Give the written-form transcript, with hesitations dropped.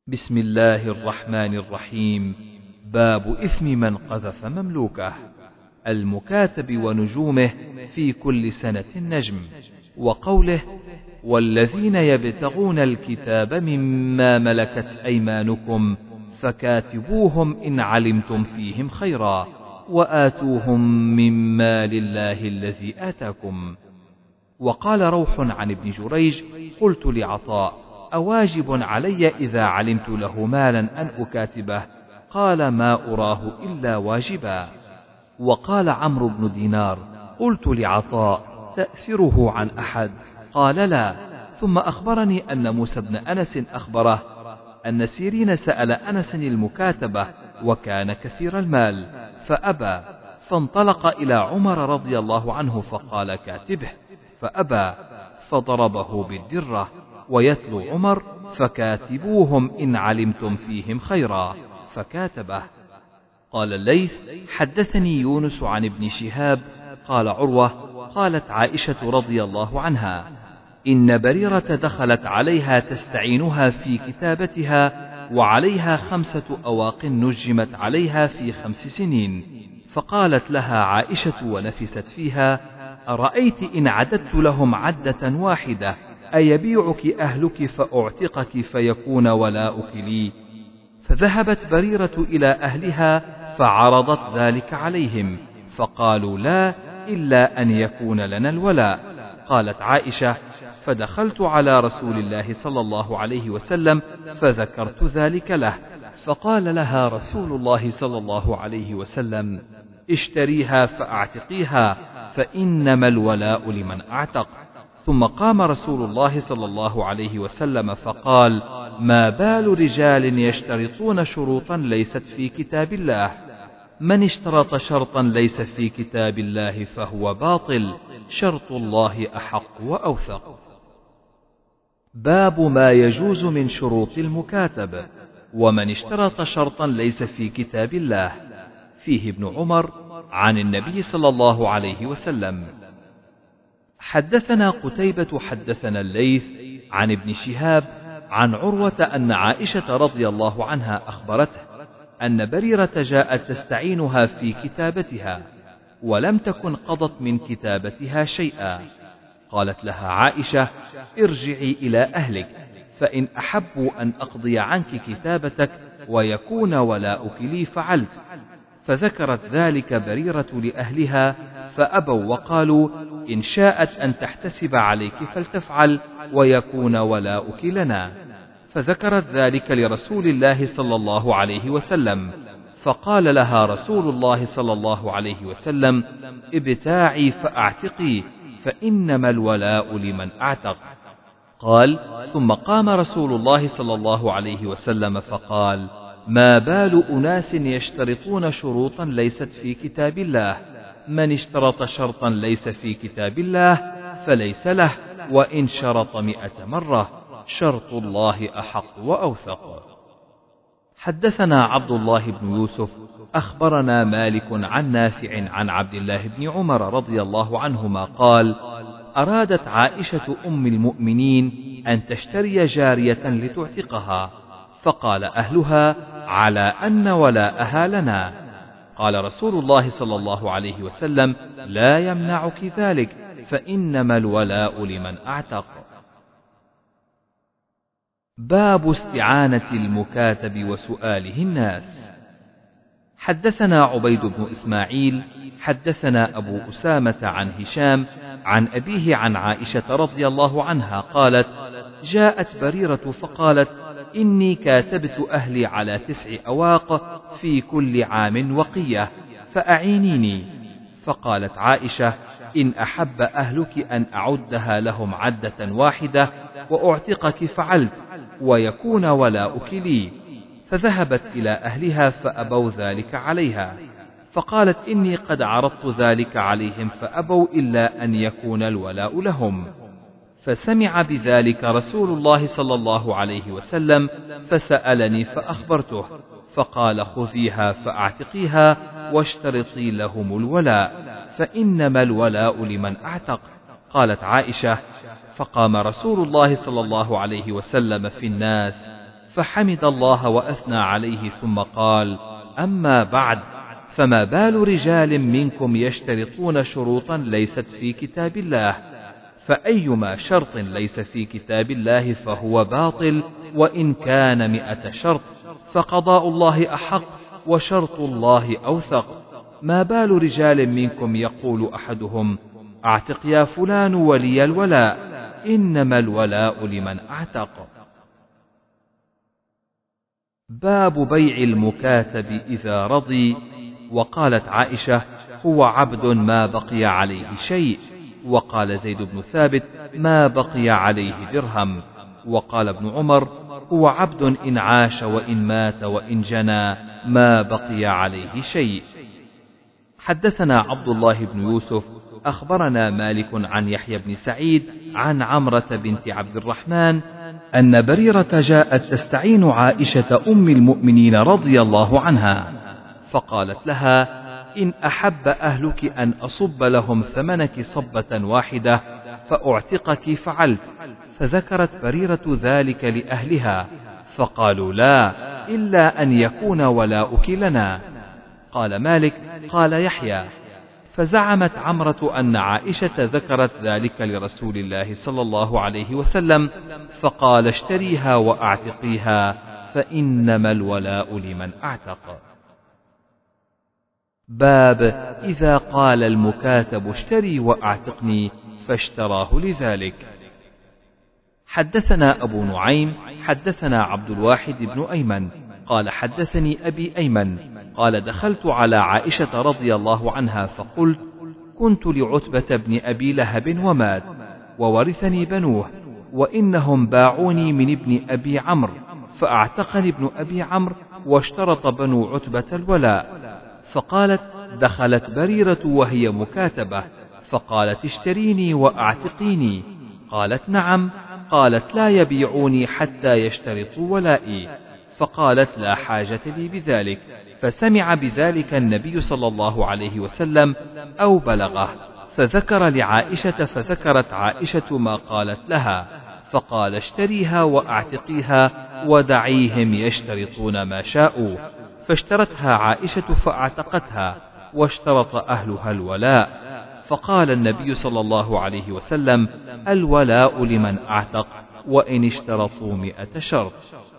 بسم الله الرحمن الرحيم. باب إثم من قذف مملوكه. المكاتب ونجومه في كل سنة نجم. وقوله والذين يبتغون الكتاب مما ملكت أيمانكم فكاتبوهم إن علمتم فيهم خيرا وآتوهم من مال الله الذي آتاكم. وقال روح عن ابن جريج قلت لعطاء أواجب علي إذا علمت له مالا أن أكاتبه؟ قال ما أراه إلا واجبا. وقال عمرو بن دينار قلت لعطاء تأثره عن أحد؟ قال لا. ثم أخبرني أن موسى بن أنس أخبره أن سيرين سأل أنس المكاتبة وكان كثير المال فأبى، فانطلق إلى عمر رضي الله عنه فقال كاتبه فأبى، فضربه بالدرة. ويتلو عمر فكاتبوهم إن علمتم فيهم خيرا فكاتبه. قال الليث حدثني يونس عن ابن شهاب قال عروة قالت عائشة رضي الله عنها إن بريرة دخلت عليها تستعينها في كتابتها وعليها 5 أواق نجمت عليها في 5 سنين، فقالت لها عائشة ونفست فيها أرأيت إن عددت لهم عدة واحدة أيبيعك أهلك فأعتقك فيكون ولاؤك لي؟ فذهبت بريرة إلى أهلها فعرضت ذلك عليهم فقالوا لا إلا أن يكون لنا الولاء. قالت عائشة فدخلت على رسول الله صلى الله عليه وسلم فذكرت ذلك له فقال لها رسول الله صلى الله عليه وسلم اشتريها فأعتقيها فإنما الولاء لمن أعتق. ثم قام رسول الله صلى الله عليه وسلم فقال ما بال رجال يشترطون شروطا ليست في كتاب الله؟ من اشترط شرطا ليس في كتاب الله فهو باطل، شرط الله أحق وأوثق. باب ما يجوز من شروط المكاتب. ومن اشترط شرطا ليس في كتاب الله. فيه ابن عمر عن النبي صلى الله عليه وسلم. حدثنا قتيبة حدثنا الليث عن ابن شهاب عن عروة أن عائشة رضي الله عنها أخبرته أن بريرة جاءت تستعينها في كتابتها ولم تكن قضت من كتابتها شيئا. قالت لها عائشة ارجعي إلى أهلك فإن أحبوا أن أقضي عنك كتابتك ويكون ولاؤك لي فعلت. فذكرت ذلك بريرة لأهلها فأبوا وقالوا إن شاءت أن تحتسب عليك فلتفعل ويكون ولاؤك لنا. فذكرت ذلك لرسول الله صلى الله عليه وسلم فقال لها رسول الله صلى الله عليه وسلم ابتاعي فأعتقي فإنما الولاء لمن أعتق. قال ثم قام رسول الله صلى الله عليه وسلم فقال ما بال أناس يشترطون شروطا ليست في كتاب الله؟ من اشترط شرطا ليس في كتاب الله فليس له وإن شرط 100 مرة، شرط الله أحق وأوثق. حدثنا عبد الله بن يوسف أخبرنا مالك عن نافع عن عبد الله بن عمر رضي الله عنهما قال أرادت عائشة أم المؤمنين أن تشتري جارية لتعتقها فقال أهلها على أن ولاءها لنا. قال رسول الله صلى الله عليه وسلم لا يمنعك ذلك فإنما الولاء لمن أعتق. باب استعانة المكاتب وسؤاله الناس. حدثنا عبيد بن إسماعيل حدثنا أبو أسامة عن هشام عن أبيه عن عائشة رضي الله عنها قالت جاءت بريرة فقالت إني كاتبت أهلي على 9 أواق في كل عام وقية فأعينيني. فقالت عائشة إن أحب أهلك أن أعدها لهم عدة واحدة وأعتقك فعلت ويكون ولاؤك لي. فذهبت إلى أهلها فأبوا ذلك عليها فقالت إني قد عرضت ذلك عليهم فأبوا إلا أن يكون الولاء لهم. فسمع بذلك رسول الله صلى الله عليه وسلم فسألني فأخبرته فقال خذيها فأعتقيها واشترطي لهم الولاء فإنما الولاء لمن أعتق. قالت عائشة فقام رسول الله صلى الله عليه وسلم في الناس فحمد الله وأثنى عليه ثم قال: أما بعد، فما بال رجال منكم يشترطون شروطا ليست في كتاب الله، فأيما شرط ليس في كتاب الله فهو باطل وإن كان 100 شرط، فقضاء الله أحق وشرط الله أوثق. ما بال رجال منكم يقول أحدهم: أعتق يا فلان ولي الولاء، إنما الولاء لمن أعتق. باب بيع المكاتب إذا رضي. وقالت عائشة: هو عبد ما بقي عليه شيء. وقال زيد بن ثابت: ما بقي عليه درهم. وقال ابن عمر: هو عبد إن عاش وإن مات وإن جنى ما بقي عليه شيء. حدثنا عبد الله بن يوسف أخبرنا مالك عن يحيى بن سعيد عن عمرة بنت عبد الرحمن أن بريرة جاءت تستعين عائشة أم المؤمنين رضي الله عنها، فقالت لها: إن أحب أهلك أن أصب لهم ثمنك صبة واحدة فأعتقك فعلت. فذكرت بريرة ذلك لأهلها، فقالوا: لا، إلا أن يكون ولاؤك لنا. قال مالك: قال يحيى: فزعمت عمرة أن عائشة ذكرت ذلك لرسول الله صلى الله عليه وسلم، فقال: اشتريها وأعتقيها، فإنما الولاء لمن أعتق. باب إذا قال المكاتب: اشتري وأعتقني، فاشتراه لذلك. حدثنا أبو نعيم حدثنا عبد الواحد بن أيمن قال: حدثني أبي أيمن قال: دخلت على عائشة رضي الله عنها فقلت: كنت لعتبة بن أبي لهب ومات، وورثني بنوه، وإنهم باعوني من ابن أبي عمرو، فأعتقني ابن أبي عمرو، واشترط بنو عتبة الولاء. فقالت: دخلت بريرة وهي مكاتبة، فقالت: اشتريني وأعتقيني. قالت: نعم. قالت: لا يبيعوني حتى يشترطوا ولائي. فقالت: لا حاجة لي بذلك. فسمع بذلك النبي صلى الله عليه وسلم أو بلغه، فذكر لعائشة، فذكرت عائشة ما قالت لها، فقال: اشتريها وأعتقيها ودعيهم يشترطون ما شاءوا. فاشترتها عائشة فأعتقتها، واشترط أهلها الولاء. فقال النبي صلى الله عليه وسلم: الولاء لمن أعتق، وإن اشترطوا 100 شرط.